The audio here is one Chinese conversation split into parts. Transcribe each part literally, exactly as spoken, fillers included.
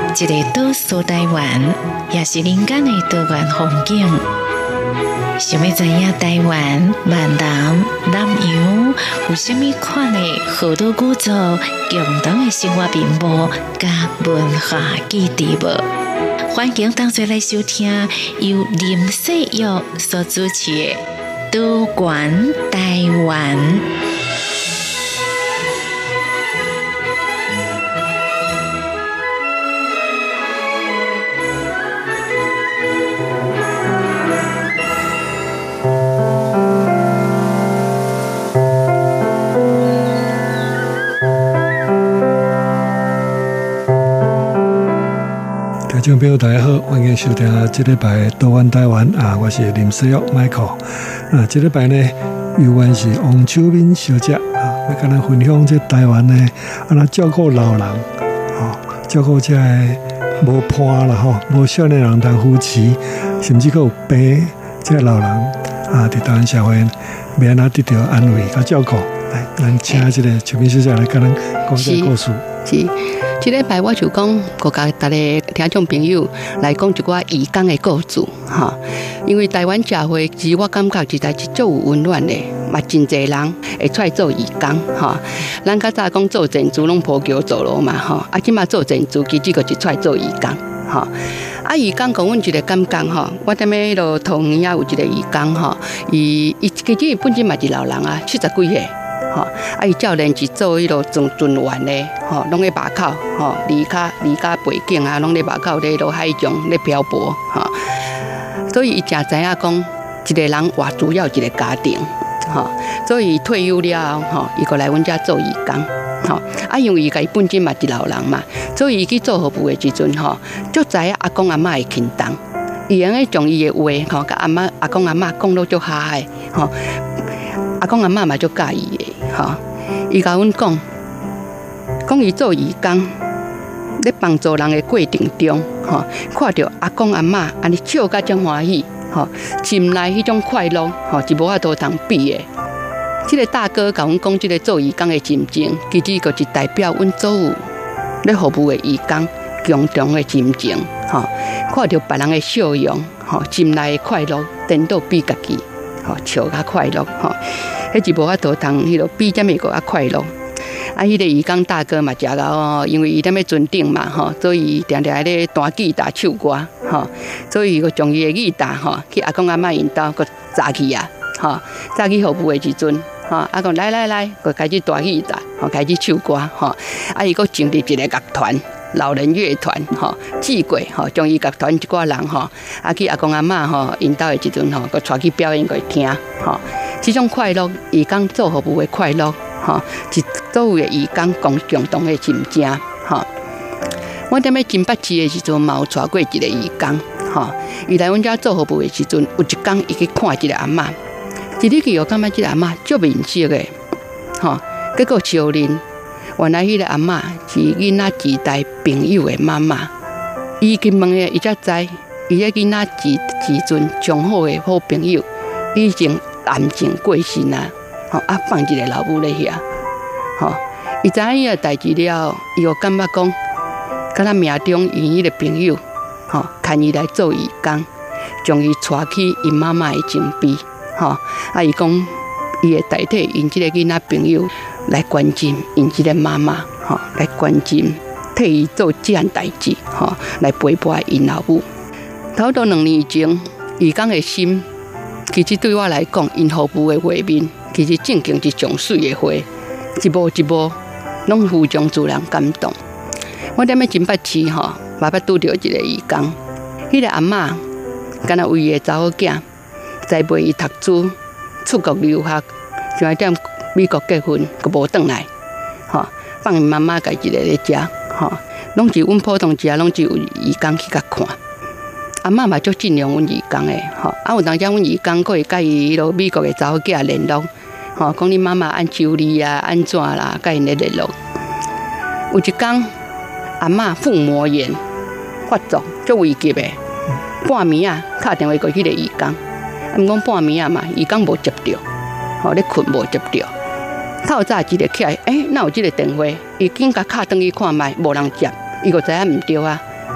一个岛屿台湾，也是人间的多元风景。想要知影台湾闽南南洋有什么款的好多古早共同的生活面貌甲文化记忆无？欢迎同齐来收听由林世玉所主持的《多元台湾》。 听众朋友大家好，欢迎收听这礼拜的多元台湾啊，我是林世玉 Michael。啊，这礼拜呢，由我是王秋敏小姐啊，要跟咱分享这台湾呢，啊，那照顾老人，哦，照顾这无伴啦吼，无少年人当夫妻，甚至还有病这老人啊，在台湾社会要安怎得到安慰甲照顾。来，咱请这个秋敏小姐来跟咱讲这个故事。 是。这礼拜我就讲，国家大家听众朋友来讲一寡移工的故事哈。因为台湾社会，其实我感觉实在是足有温暖的，嘛真侪人会出来做移工哈。咱较早讲做建筑拢铺桥走路嘛哈，啊，今嘛做建筑，其实就是出来做移工哈。啊，移工讲阮一个感觉哈，我踮咧迄落桃园啊有一个移工哈，伊伊其实伊本身嘛是老人啊，七十几岁。吼，啊，伊少年是做迄落船船员咧，吼，拢咧码口，吼，离家离家背景啊，拢咧码口咧落海上咧漂泊，吼，所以伊正知影讲，一个人偌主要一个家庭，吼，所以退休了后，吼，伊过来阮遮做义工，吼，啊，因为伊家本身嘛是老人嘛，所以伊去做服务的时阵，吼，足知影阿公阿嬷的轻重，伊用咧将伊的话，吼，甲阿嬷阿公阿嬷讲到足哈的，吼。阿公阿嬷嘛足介意的，吼！伊甲阮讲，讲伊做义工，咧帮助人的过程中，吼，看到阿公阿嬷安尼笑甲遮欢喜，吼，心内迄种快乐，吼，是无法度通比的。即、这个大哥甲阮讲，即个做义工的心情，其实就是代表阮所有咧服务的义工共同的心情，吼，看到别人的笑容，吼，心内的快乐，颠倒比家己。吼，笑较快乐，吼，迄是无法度通，迄落比遮么个较快乐。啊，迄个义工大哥嘛，食到哦，因为伊踮咧船顶嘛，吼，所以常常咧弹吉他唱歌，吼，所以佮将伊的吉他，吼，去阿公阿嬷因兜佮扎去啊，吼，扎去服务的时阵，吼，阿公来来来，佮开始弹吉他，吼，开始唱歌，吼，啊，伊佮成立一个乐团。老人乐团吼，志过吼，将伊乐团一寡人吼，啊去阿公阿嬷吼，因兜的时阵吼，佮带去表演佮听吼，这种快乐，义工做服务的快乐吼，是所有的义工共共同的心情吼。我踮咧金北市的时阵，嘛有带过一个义工吼，伊来阮遮做服务的时阵，有一天伊去看一个阿嬷，一入去又感觉这个阿嬷足面熟的吼，结果笑脸。原来迄个阿嬷是囡仔时代朋友的妈妈，伊去问诶，伊才知，伊迄囡仔时时阵上好诶好朋友已经癌症过身啊，吼啊放一个老母咧遐，吼，伊知影伊个代志了，伊又感觉讲，敢若命中因迄个朋友，吼，牵伊来做义工，将伊带去因妈妈诶身边，吼，啊伊讲，伊会代替因即个囡仔朋友。来关心因即个妈妈，吼，来关心替伊做这样代志，吼，来陪伴因老母。差不多两年前，义工的心，其实对我来讲，因服务的画面，其实正经是上水的花，一幕一幕，拢非常自然感动。我踮咧金北市吼，嘛捌拄着一个义工，迄、那个阿嬷，敢若为伊的查某囝，栽培伊读书，出国留学，就踮。美国结婚，佮无转来，吼，放因妈妈家一个咧食，吼，拢是阮普通食，拢是有义工去甲看。阿嬷嘛足敬仰阮义工诶，吼，啊有当时阮义工佫会甲伊迄落美国诶查某囝联络，吼，讲恁妈妈安处理啊，安怎啦，甲因咧联络。有一天，阿嬷腹膜炎发作，足危急诶，半暝啊，打电话过去迄个义工，啊，毋讲半暝啊嘛，义工无接着，吼，咧困无接着。透早一日起来，诶、欸，哪有这个电话？伊紧甲敲转去看卖，无人接，伊就知影毋对啊。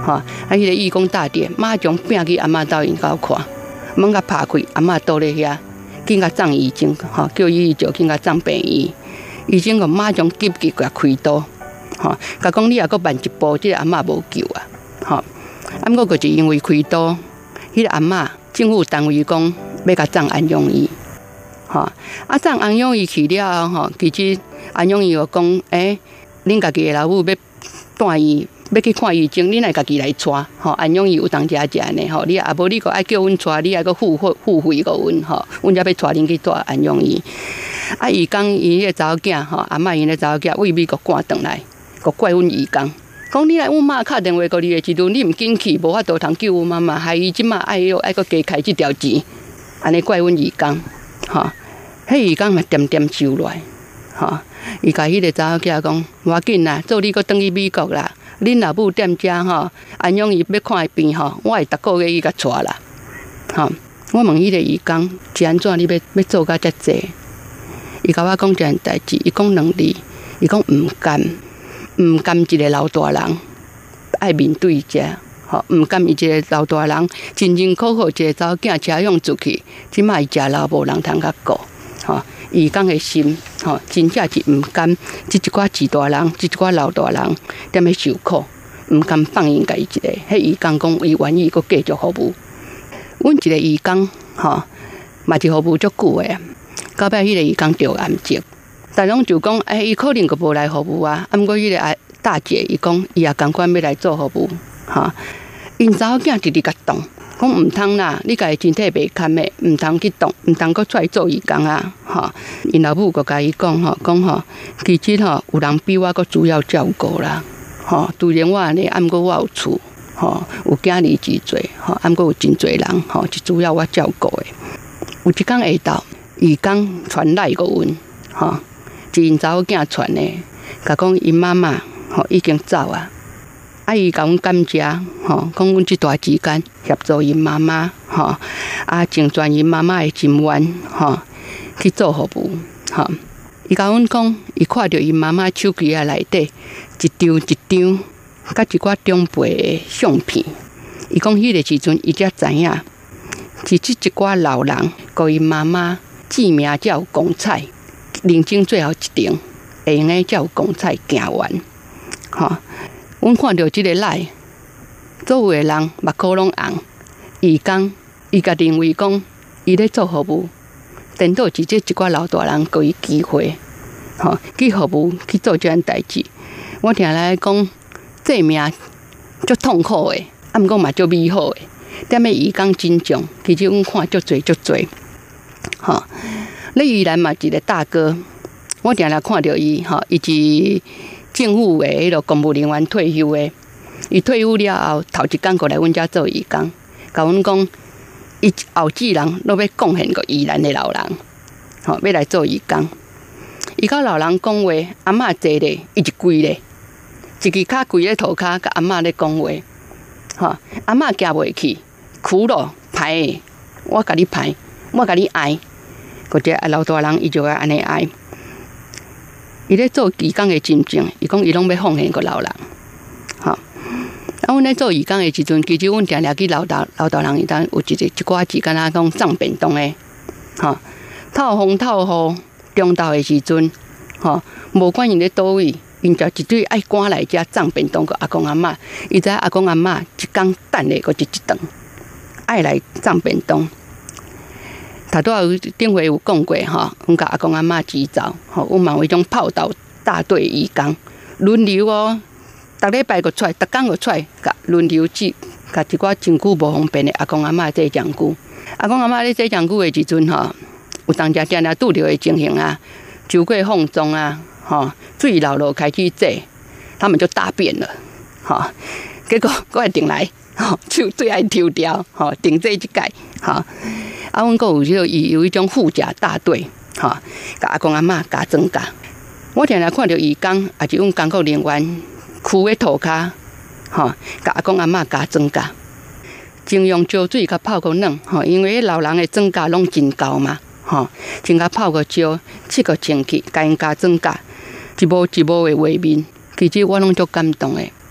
吼，啊，迄个义工大姐马上拼去阿嬷兜因家看，门甲拍开，阿嬷倒咧遐，紧甲送医生，吼，叫伊就紧甲送病院。医生个马上急急甲开刀，吼，甲讲你若阁慢一步，即个阿嬷无救啊，吼。啊，毋过就是因为开刀，迄个阿嬷政府单位讲要甲送安养院，吼，啊送安养院去了后，吼，其实安养院又讲，诶、欸，恁家己的老母要带伊。要去看医生，恁来家己来带，吼，安养院有当家食呢，吼，你啊无你个爱叫阮带，你爱个付费付费个阮，吼，阮才要带恁去带安养院。啊，伊讲伊迄个查某囝，吼，阿嬷因个查某囝为美国赶转来，个怪阮伊讲，讲你来阮妈敲电话过你的时阵，你毋紧去，无法度通救阮妈妈，害伊即马爱要爱个加开即条钱，安尼怪阮伊讲，吼，迄伊讲嘛点点收来，吼，伊甲迄个查某囝讲，无要紧啦，做你个转去美国啦。恁老母踮遮吼，安养伊要看病吼，我会逐个月伊甲带啦。吼，我问迄个伊讲是安怎，你要要做甲遮济？伊甲我讲一件代志，伊讲两字，伊讲毋甘，毋甘一个老大人爱面对遮，吼，毋甘伊一个老大人辛辛苦苦一个查某囝车养出去，即摆伊食老无人通甲顾，吼。伊讲的心，吼，真正是毋甘，即一寡自大人，即一寡老大人，踮咧受苦，毋甘放因家己一个。迄义工讲，伊愿意阁继续服务。阮一个义工，吼，嘛是服务足久诶。到尾迄个义工着癌症，大拢就讲，哎，伊可能阁无来服务啊。啊，毋过迄个大姐伊讲，伊也共款要来做服务，吼。因查某囝直直甲动。讲毋通啦，你家己身体袂堪诶，毋通去动，毋通阁出来做义工啊！吼，因老母阁甲伊讲吼，讲吼，其实吼有人比我阁主要照顾啦，吼，虽然我安尼，啊，毋过我有厝，吼，有囝儿真侪，吼，啊，毋过有真侪人，吼，是主要我照顾诶。有一工下昼，义工传来个阮，吼，是因查某囝传诶，甲讲因妈妈吼已經走啊。啊，伊甲阮感謝，吼，講阮即段時間協助因媽媽，吼，啊，成全因媽媽的心願，吼，去做服務，吼。伊甲阮講，伊看到因媽媽手機啊內底一張一張，甲一寡長輩的相片。伊講迄個時陣，伊才知影，是即一寡老人，甲因媽媽志明才有光彩，人生最後一程，會用誒才有光彩行完，吼。阮看到即个来，做有诶人目眶拢红。伊讲，伊甲認為講，伊咧做服務，顛倒是即一寡老大人給伊機會，吼，去服務去做即樣代志。我聽來講，這命足痛苦诶，啊，毋過嘛足美好诶。踮咧伊講真重，其實阮看足濟足濟，吼。咧宜蘭嘛一個大哥，我定來看到伊，吼，伊是。政府的迄個公務人員退休的，伊退休了後，頭一工過來阮遮做義工，甲阮講，伊後繼人都要貢獻個宜蘭的老人，吼，要來做義工。伊甲老人講話，阿嬷坐咧，伊就跪咧，一隻腳跪咧塗骹，甲阿嬷咧講話，吼，阿嬷行袂去，苦咯，歹的，我甲你歹，我甲你愛，嗰隻老大人伊就愛安尼愛。伊咧做義工的真正，伊講伊攏要奉獻個老人，吼。啊，阮咧做義工的時陣，其實阮定定去老大老大人伊當有一個一寡時間啊，講送便當的，吼，透風透雨，中晝的時陣，吼，無管因咧倒位，因就一堆愛趕來遮送便當個阿公阿嬷，伊知阿公阿嬷一工等咧，個一一頓，愛來送便當。頭拄有頂回有講過吼，阮甲阿公阿嬷指導，吼，阮嘛有迄種炮鬥大隊義工，輪流哦，逐禮拜個出來，逐工個出來，甲輪流去，甲一寡真久無方便的阿公阿嬷坐上久。阿公阿嬷咧坐上久的時陣吼，有當家定定拄着的情形啊，酒過放縱啊，吼，水流落開始坐，他們就大便了，吼，結果佫會定來，吼，手最愛抽掉，吼，定這一屆，吼。啊，阮閣有迄個伊有迄種護駕大隊，吼，甲阿公阿嬷加增加。我定定看到義工，也是阮工作人員攄咧塗骹，吼，甲阿公阿嬷加增加。盡用燒水甲泡個冷，吼，因為老人的增加攏真高嘛，吼，先甲泡個燒，切個清氣，甲因加增加，一步一步的畫面，其實我攏足感動的。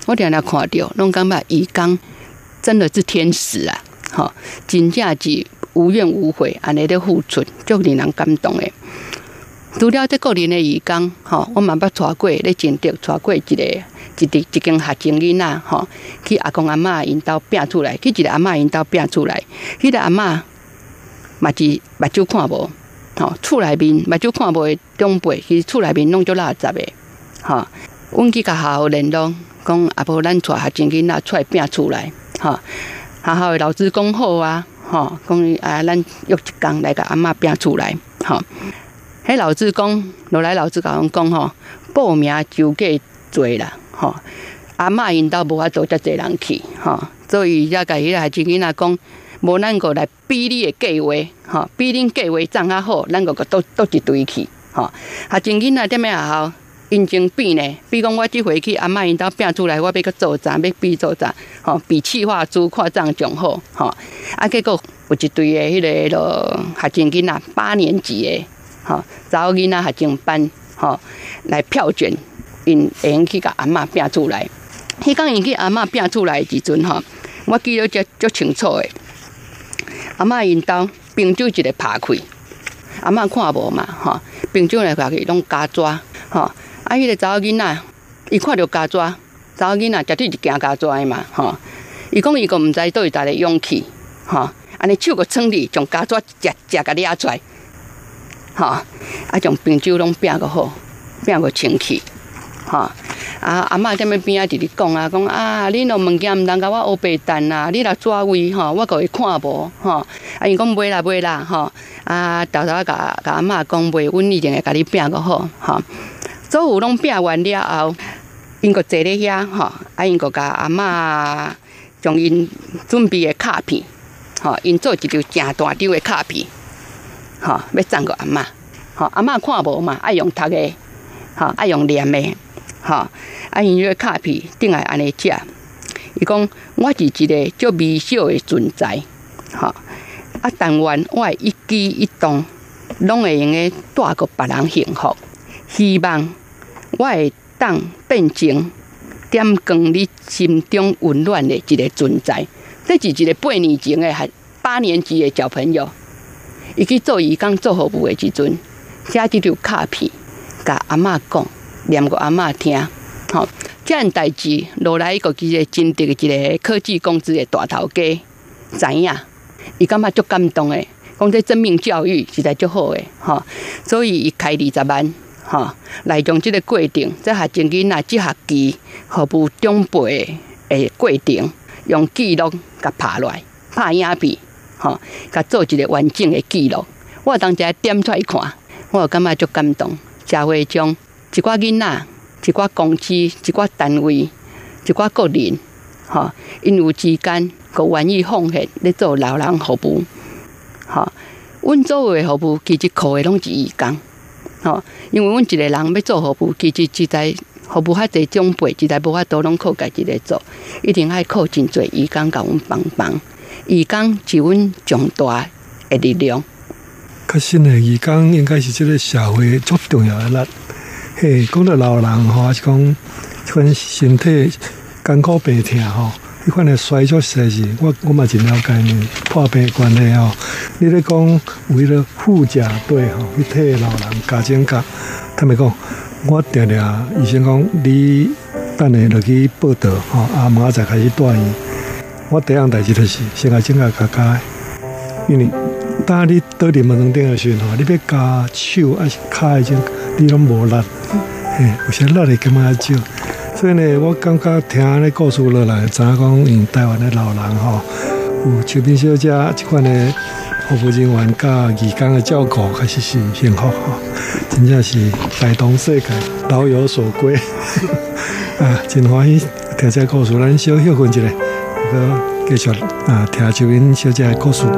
我常常看到，拢感觉义工真的是天使啊！吼，真正是无怨无悔，安尼咧付出，足令人感动的。除了这个人的义工，吼，我嘛捌带过咧真德，带过一个一一一间学前囡仔，吼，去阿公阿嬷因兜拼出来，去一个阿嬷因兜拼出来，迄、那个阿嬷嘛是目睭看无，吼，厝内面目睭看无的长辈，其实厝内面拢足垃圾的，吼，阮去甲学校联络，讲啊无咱带学前囡仔出来拼出来，吼，学校的老师讲好啊，吼，讲啊咱约一工来甲阿嬷拼出来，吼。迄老师讲，落来老师甲阮讲吼，报名就计多啦，吼，阿嬷因兜无法度遮侪人去，吼，所以才甲迄个孩子囡仔讲，无咱个来比你的计划，吼，比恁计划长较好，咱个个倒倒一堆去，吼，孩子囡仔踮咧学校，因情比呢，比讲我即回去阿嬷因兜拼出来，我要去做啥，要比做啥，吼，比企划书看长上好，吼，啊，结果有一队的迄个咯，孩子囡仔八年级的。吼，查某囡仔学前班，吼，来票选，因会用去甲阿嬷拼出来。迄讲因去阿嬷拼出来的时阵，吼，我记得足足清楚的。阿嬷因兜冰酒一个拍开，阿嬷看无嘛，吼，冰酒来拍开拢加抓，吼，啊，迄个查某囡仔，伊看到加抓，查某囡仔绝对是惊加抓的嘛，吼，伊讲伊个毋知倒位搭咧勇气，吼，安尼手个撑里，将加抓食食甲掠出来。吼，啊，将冰酒拢拼个好，拼个清气，吼，啊，阿嬷踮咧边仔直直讲啊，讲啊，恁咯物件毋通甲我黑白等啊，你若抓位吼，我个会看无吼，啊，伊讲袂啦袂啦吼，啊，豆豆甲甲阿嬷讲袂，阮一定会甲你拼个好，吼，所有拢拼完了后，因个坐咧遐吼，啊，因个甲阿嬷将因准备的卡片，吼，因做一张正大张的卡片。吼，要送个阿嬷，吼阿嬷看无嘛，爱用读的，吼爱用念的，吼啊因迄个卡片顶来安尼写，伊讲我是一个足微小的存在，吼啊但愿我的一举一动，拢会用个带给别人幸福，希望我会当变成点光你心中温暖的一个存在。这是一个八年前的还八年级的小朋友。伊去做义工做服务的时阵，写即张卡片，甲阿嬷讲，念个阿嬷听，吼，这样代志落来一个一个真正的一个科技公司的大头家知影，伊感觉足感动的，讲这生命教育实在足好的，吼，所以伊开二十万，吼，来将这个过程，这学前囡仔这学期服务长辈的过程，用记录甲拍落来，拍影片。吼，甲做一个完整的记录，我当时点出来看，我就感觉足感动。社会中一寡囡仔、一寡公司、一寡单位、一寡个人，吼，因有之间个愿意奉献咧做老人服务，吼，阮做的服务其实靠的拢是义工，吼，因为阮一个人要做服务，其实实在服务遐侪长辈，实在无法度拢靠家己咧做，一定爱靠真侪义工甲阮帮忙。义工是阮强大的力量。 确实呢，义工应该是这个社会最重要的力。嘿，讲到老人吼，还是讲这款身体艰苦病痛吼，迄款的衰弱实在是，我我嘛真了解呢。破病关系吼，你咧讲为了护甲队吼，去替老人加减甲，他们讲，我定定医生讲，你等下落去报道吼，啊，明仔载开始住院。我第一样代志就是先甲整个加加，因为当你倒伫门床顶的时阵吼，你要加手还是骹的种，你拢无力，嘿，有些力的感觉少。所以呢，我感觉听安尼故事落来，知影讲因台湾的老人吼，有秋萍小姐即款的服务人员甲义工的照顾，确实是幸福吼，真正是大同世界，老有所归啊，真欢喜听这故事，咱小休困一下。继续啊，听秋萍小姐的故事。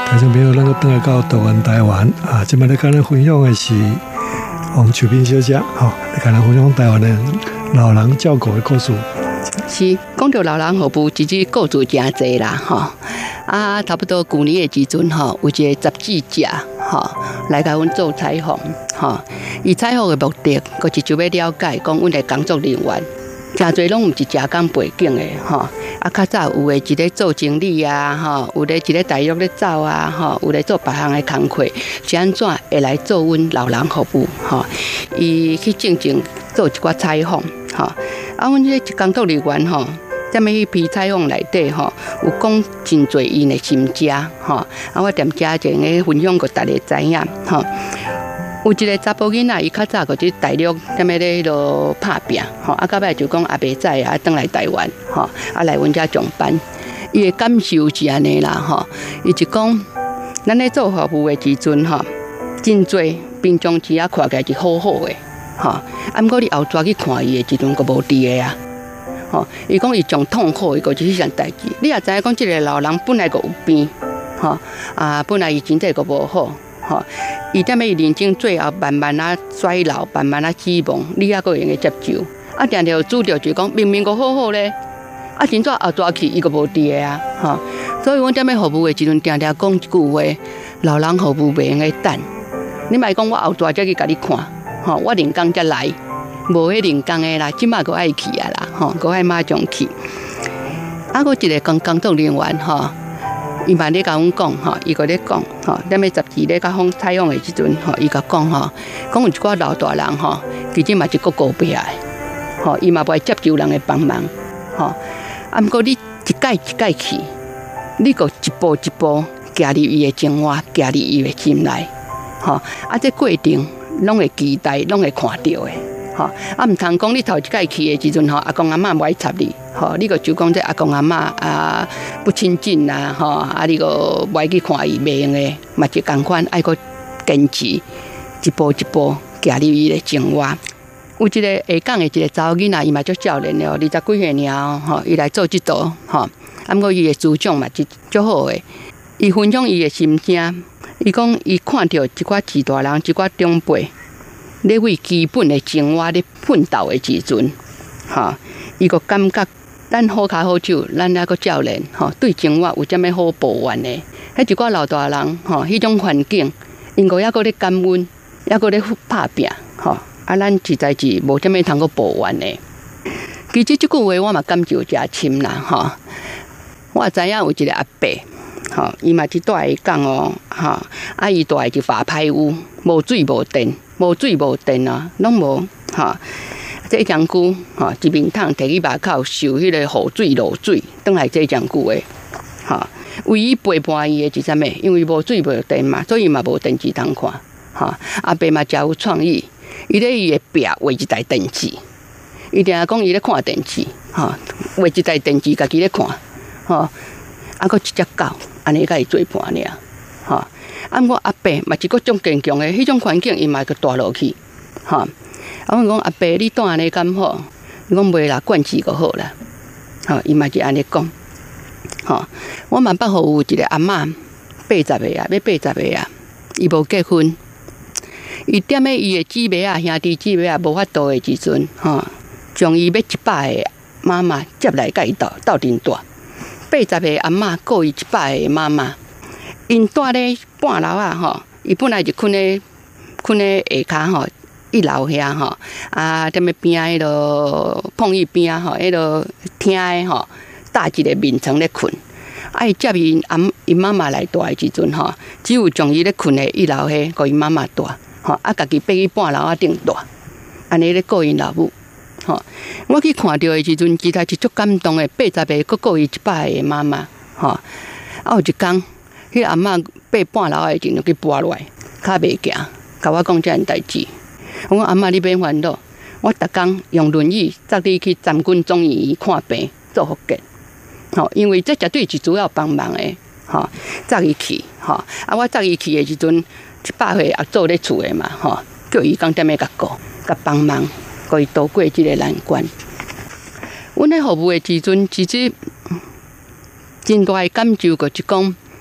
听众朋友，咱个等来到台湾台湾啊，今麦咧跟咱分享的是王秋萍小姐，吼、哦，咧跟咱分享台湾的老人照顾的故事。 是讲到老人服务，其实故事真济啦，吼、哦。啊，差不多旧年的时阵，吼，有一个杂志社，吼，来甲阮做采访，吼。伊采访的目的，就是就要了解讲阮的工作人员，真侪拢毋是正港背景的，吼。啊，较早有诶一咧做经理啊，吼，有咧一咧大约咧走啊，吼，有咧做别项诶工课，是安怎会来做阮老人服务，吼？伊去进前做一寡采访，吼。啊，阮这工作人员吼。踮咧迄批采访内底吼，有讲真侪因的心声吼，啊，我踮遮就咧分享，互大家知影吼。有一个查甫囡仔，伊较早就伫大陆踮咧咧迄落拍拼吼，啊，到尾就讲阿伯仔啊，转来台湾吼，啊来阮遮上班。伊的感受是安尼啦吼，伊就讲，咱咧做服务的时阵吼，真侪平常时啊看起来是好好的吼，啊，毋过你后抓去看伊的时阵，佫无伫的啊。吼，伊讲伊上痛苦，伊就是迄项代志。你也知影讲，即个老人本来就有病，吼啊，本来伊身体就无好，吼，伊踮咧人生最后慢慢啊衰老，慢慢啊死亡，你也个用个接受。啊，定定拄着就讲明明个好好咧，啊，真早后抓去伊个无伫个啊，吼。所以阮踮咧服务的时阵，定定讲一句话：老人服务袂用个等。你莫讲我后抓才去甲你看，吼，我人工才来。无迄人工的啦，即马个爱去啊啦，吼，个爱马上去。啊，个一个工工作人员吼，伊嘛咧甲阮讲吼，伊个咧讲吼，踮咧杂志咧甲访采访的时阵吼，伊甲讲吼，讲有一寡老大人吼，其实嘛是个高壁的，吼，伊嘛不爱接受人的帮忙，吼。啊，毋过你一届一届去，你个一步一步加入伊的生活，加入伊的心内，吼。啊，这过程拢会期待，拢会看到的。吼，啊，毋通讲你头一届去的时阵吼，阿公阿嬷无爱插你，吼，你个就讲这阿公阿嬷啊不亲近呐，吼，啊，你个无爱去看伊袂用的，嘛是共款，爱个坚持，一步一步加入伊的生活。有一个下港的一个查某囡仔，伊嘛足少年了，二十几岁尔吼，伊来做即道，吼，啊，毋过伊的思想嘛是足好的，伊分享伊的心声，伊讲伊看到一寡志大人，一寡长辈。咧为基本的生活咧奋斗的时阵，哈，伊个感觉咱好卡好手，咱那个少年吼，对生活有这么好抱怨的。迄一寡老大人吼，迄种环境，因个抑个咧感恩，抑个咧拍拼，吼，啊，咱实在是无这么通个抱怨的。其实即句话我嘛感受真深啦，吼。我知影有一个阿伯，吼，伊嘛是住喺港哦，吼，啊，伊住喺一法拍屋，无水无电。无水无电啊，拢无哈。这江句哈，一面桶摕去马口受迄个雨水落水，倒来这江句的哈。唯一陪伴伊的是啥物？因为无水无电嘛，所以嘛无电视通看哈。阿伯嘛真有创意，伊咧伊的壁画一台电视，伊定讲伊咧看电视哈，画一台电视家己咧看哈。啊，搁一只狗，安尼甲伊做伴尔哈。啊，我阿伯嘛是个种坚强的，迄种环境伊嘛个大落去，哈。啊，我讲阿伯你当安尼敢好？伊讲袂啦，惯势个好啦，吼，伊嘛是安尼讲，吼。我嘛捌好有一个阿嬷，八十个啊，要八十个啊，伊无结婚，伊踮咧伊的姊妹啊、兄弟姊妹啊无法度的时阵，吼，将伊要一百个妈妈接来甲伊斗斗阵住，八十个阿嬷顾伊一百个妈妈。因住咧半楼啊，吼，伊本来就困咧困咧下骹吼，一楼遐吼，啊，踮咧边仔迄落碰椅边啊，吼，迄落厅诶吼，搭一个眠床咧困。啊，伊接伊阿伊妈妈来住诶时阵吼，只有将伊咧困咧一楼遐，互伊妈妈住，吼，啊，家己爬去半楼啊顶住，安尼咧顾因老母，吼。我去看到诶时阵，实在是足感动诶，八十个佮顾伊一百个妈妈，吼。啊，有一工。迄阿嬷爬半楼诶时阵，去跋落来，骹袂行，甲我讲这样代志。我讲阿嬷，你免烦恼，我逐工用轮椅载你去参军中医院看病做复健。吼，因为这绝对是主要帮忙诶，吼，载伊去，吼，啊，我载伊去诶时阵，一百岁也做咧厝诶嘛，吼，叫伊讲踮咧甲顾，甲帮忙，互伊渡过即个难关。阮咧服务诶时阵，其实真大诶感受，就是讲。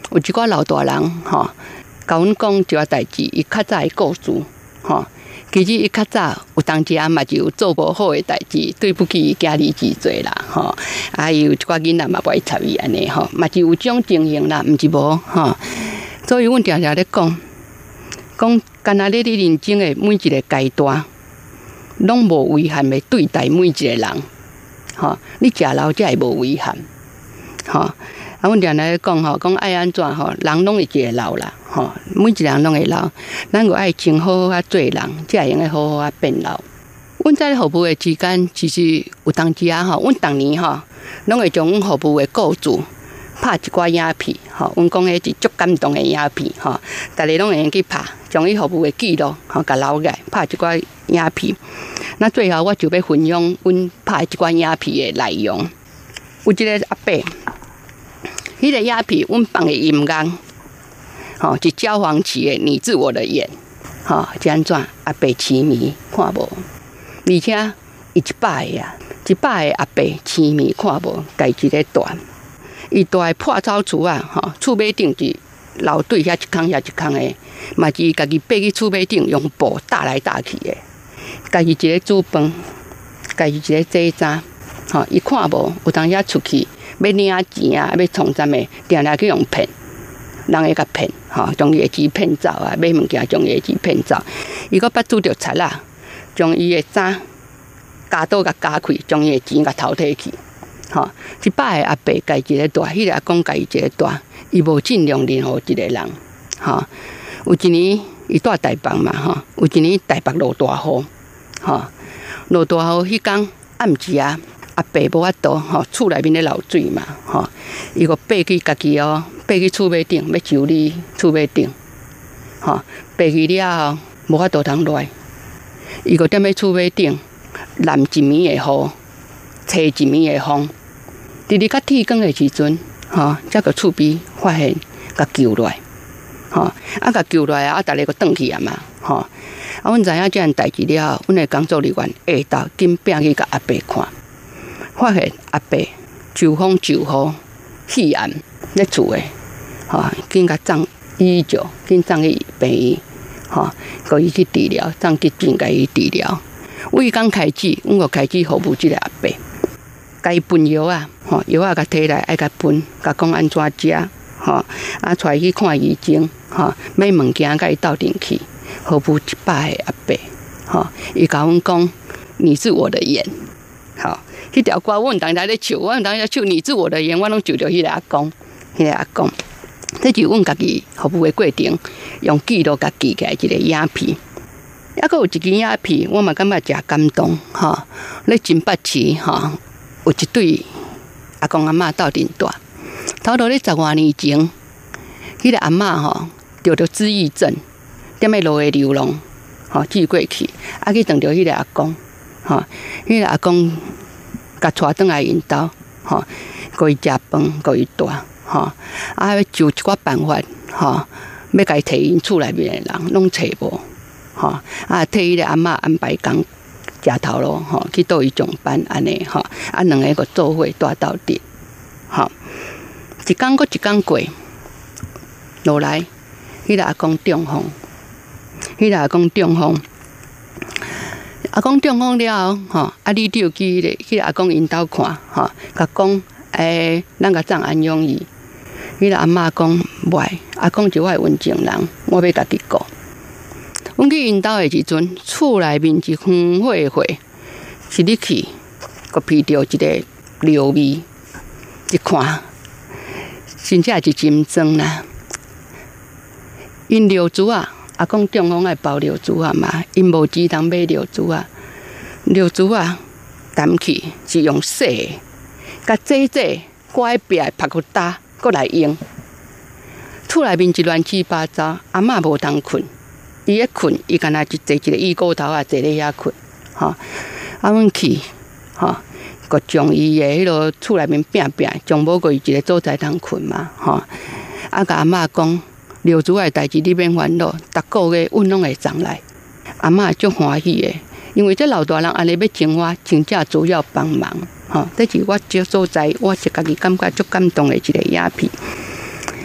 有一寡老大人吼，甲阮讲一寡代志，伊较早的故事吼。其实伊较早有当时啊嘛就有做无好的代志，对不起家里之罪啦吼。啊，有一寡囡仔嘛不爱插伊安尼吼，嘛是有种情形啦，毋是无吼。所以阮常常咧讲，讲干那咧你人生的每一个阶段，拢无遗憾的对待每一个人。吼，你食老才会无遗憾。吼，啊，阮常常咧讲吼，讲爱安怎吼，人拢会一个老啦。吼，每一个人拢会老，咱就爱先好好啊做人，才会用个好好啊变老。阮在服务的期间，其实有当时啊吼，阮逐年吼，拢会将阮服务的故事拍一寡影片，吼，阮讲迄是足感动的影片，吼，逐个拢会用去拍，将伊服务的记录，吼，甲留起来，拍一寡影片。那最后我就要分享阮拍一寡影片的内容。有一个阿伯，迄个影片阮放的音乐。吼，是焦黄旗的你自我的眼，吼，是安怎？阿伯痴迷看无，而且伊一摆呀，一摆的阿伯痴迷看无，家己咧住，伊住的破草厝啊，吼，厝尾顶是楼对遐一空遐一空的，嘛是家己爬去厝尾顶用布搭来搭去的，家己一个煮饭，家己一个洗衫，吼，伊看无，有当时出去要领钱啊，要创啥物，定定去用骗。人会甲骗，吼，将伊的钱骗走啊！买物件将伊的钱骗走。伊搁捌拄着贼啦，将伊的衫加倒甲加开，将伊的钱甲偷摕去。吼，一摆阿伯家己咧住，迄个阿公家己一个住，伊无尽量任何一个人。吼，有一年伊住台北嘛，吼，有一年台北落大雨，吼，落大雨迄天暗时啊，阿伯无法度，吼，厝内面咧流水嘛，吼，伊个爬去家己哦。爬去厝尾顶，要修理厝尾顶，吼，爬去了后无法度通落，伊个踮咧厝尾顶淋一暝的雨，吹一暝的风，伫哩较天光的时阵，吼，才个厝边发现，甲救落来，吼，啊，甲救落来啊，逐个个转去啊嘛，吼，啊，阮知影这样代志了后，阮的工作人员下昼紧拼去甲阿伯看，发现阿伯就风就雨，气暗咧厝的。吼，紧甲送医救，紧送去病院，吼，互伊去治疗，送急诊甲伊治疗。为刚开始，阮就开始服务即个阿伯，甲伊分药啊，吼，药啊甲摕来爱甲分，甲讲安怎食，吼，啊，带去看医生，吼，买物件甲伊斗阵去，服务一摆的阿伯，吼，伊甲阮讲，你是我的眼，吼，迄条歌阮当时咧唱，阮当时唱你是我的眼，我拢就着迄个阿公，迄个阿公。这就是阮家己服务的过程，用记录甲记起来一个影片。还佫有一支影片，我嘛感觉诚感动，吼。咧金北市，吼，有一对阿公阿嬷斗阵住，头头咧十外年前，迄、那个阿嬷吼得着脂溢症，踮咧路的流浪，吼寄过去，啊去撞着迄个阿公，吼，迄、那个阿公甲带转来因兜，吼，互伊食饭，互伊住。吼，啊，要就一寡办法，吼，要甲伊摕因厝内面的人，拢找无，吼，啊，替迄个阿嬷安排工食头路，吼，去倒伊上班安尼，吼，啊，两个个做伙住到底，吼，一工搁一工过，落来，迄个阿公中风，迄个阿公中风，阿公中风了后，吼，啊，你就去迄个迄个阿公因兜看，吼，甲讲，诶，咱甲怎安养伊？迄个阿嬷讲袂，阿公是我的温情人，我要家己顾。阮去因兜的时阵，厝内面是昏火火，是你去，佮闻到一个尿味，一看，真正是真脏啦。因尿珠啊，阿公中风爱包尿珠啊嘛，因无钱通买尿珠啊，尿珠啊，澹去是用洗的，甲洗洗挂喺壁拍骨打。搁来用，厝内面一乱七八糟，阿嬷无通困，伊咧困，伊干那就坐一个椅骨头啊，坐咧遐困，吼，啊，阮去，吼，佮将伊的迄落厝内面拼拼，将无过伊一个所在通困嘛，吼，啊，甲阿嬷讲，尿珠的代志你免烦恼，逐个月阮拢会送来，阿嬷足欢喜的，因为这老大人安尼要请我，真正主要帮忙。吼，这是我这所在，我是家己感觉足感动的一个影片。啊，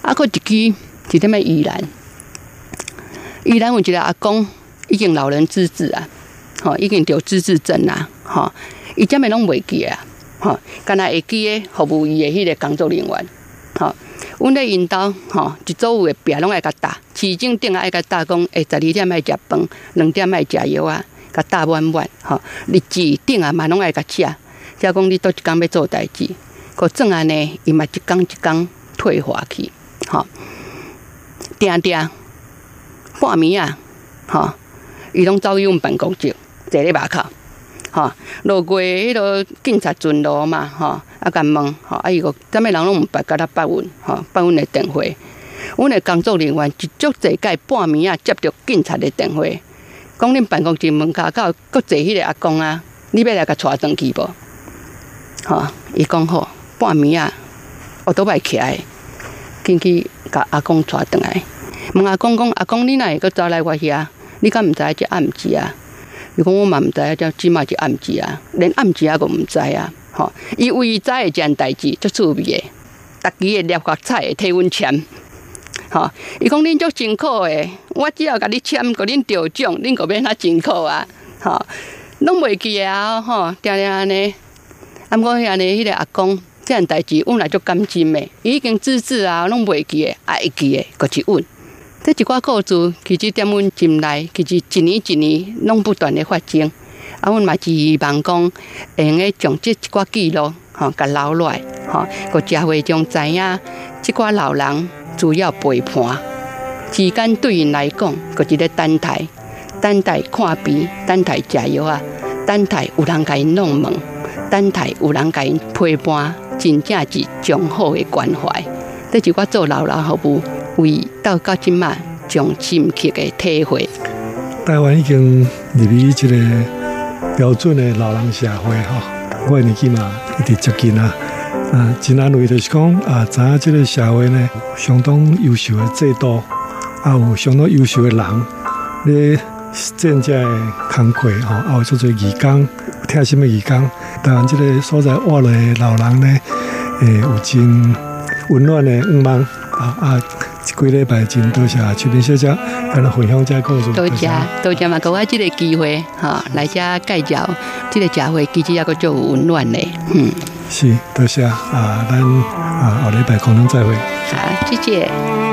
啊，佫一支是踮咩宜兰，宜兰有一个阿公已經老人失智啊，吼，已經得失智症啊，吼，伊踮咩攏袂記啊，吼，干那會記誒服務伊誒迄個工作人員，吼，阮咧因兜吼，一早有誒病攏愛甲打，市政頂啊愛甲打講，下十二點愛食飯，兩點愛食藥啊，甲打滿滿，吼，日誌頂啊嘛攏愛甲寫，只講你倒一工要做代誌，個總安尼，伊嘛一工一工退化去，吼，定定半暝啊，吼。伊攏走去阮辦公室，坐咧馬口，吼，路過迄個警察巡邏嘛，吼，啊甲問，吼，啊伊個啥物人攏毋捌甲咱發阮，吼，發阮的電話，阮的工作人員一足坐介半暝啊，接到警察的電話，講恁辦公室門口口閣坐迄個阿公啊，你要來甲帶轉去無？吼，伊講好，半暝啊，我倒擺起來，緊去甲阿公帶轉來，問阿公講，阿公你哪會閣走來我遐？你敢毋知即暗時啊？伊講我嘛毋知啊，即即嘛是暗時啊，連暗時啊個毋知啊，吼！伊為伊知嘅一件代志，足趣味嘅，逐期嘅獵學彩會替阮簽，吼！伊講恁足辛苦嘅，我只要甲你簽，甲恁得獎，恁個免遐辛苦啊，吼！攏袂記啊，吼！定定安尼，啊毋過安尼迄個阿公，即件代志阮也足甘心嘅，伊已經自制啊，攏袂記嘅，啊會記嘅，閣是阮。這一寡故事，其實踮阮心內，其實一年一年攏不斷的發生。啊，阮嘛是希望講，會用個將這一寡記錄，吼，甲留落來，吼，個社會中知影，這寡老人主要陪伴。時間對因來講，就是咧等待，等待看病，等待食藥啊，等待有人甲因弄門，等待有人甲因陪伴，真正是上好的關懷。這是我做老人服務。為到到即馬將深刻嘅體會。 台灣已經入去一個標準嘅老人社會吼，我年紀嘛一直接近啊，啊，真安慰就是講啊，知影即個社會呢相當優秀嘅制度，啊有相當優秀嘅人，咧真正嘅工課吼，啊有做做義工，貼心嘅義工，台灣即個所在活落嘅老人呢，誒有真溫暖嘅願望啊啊！幾禮拜真多謝秋萍小姐，跟咱分享這個故事。 多謝多謝嘛，給我這個機會，哈，來遮介紹這個社會其實也個足有溫暖的，嗯。 是，多謝啊，咱啊後禮拜可能再會。 好，謝謝。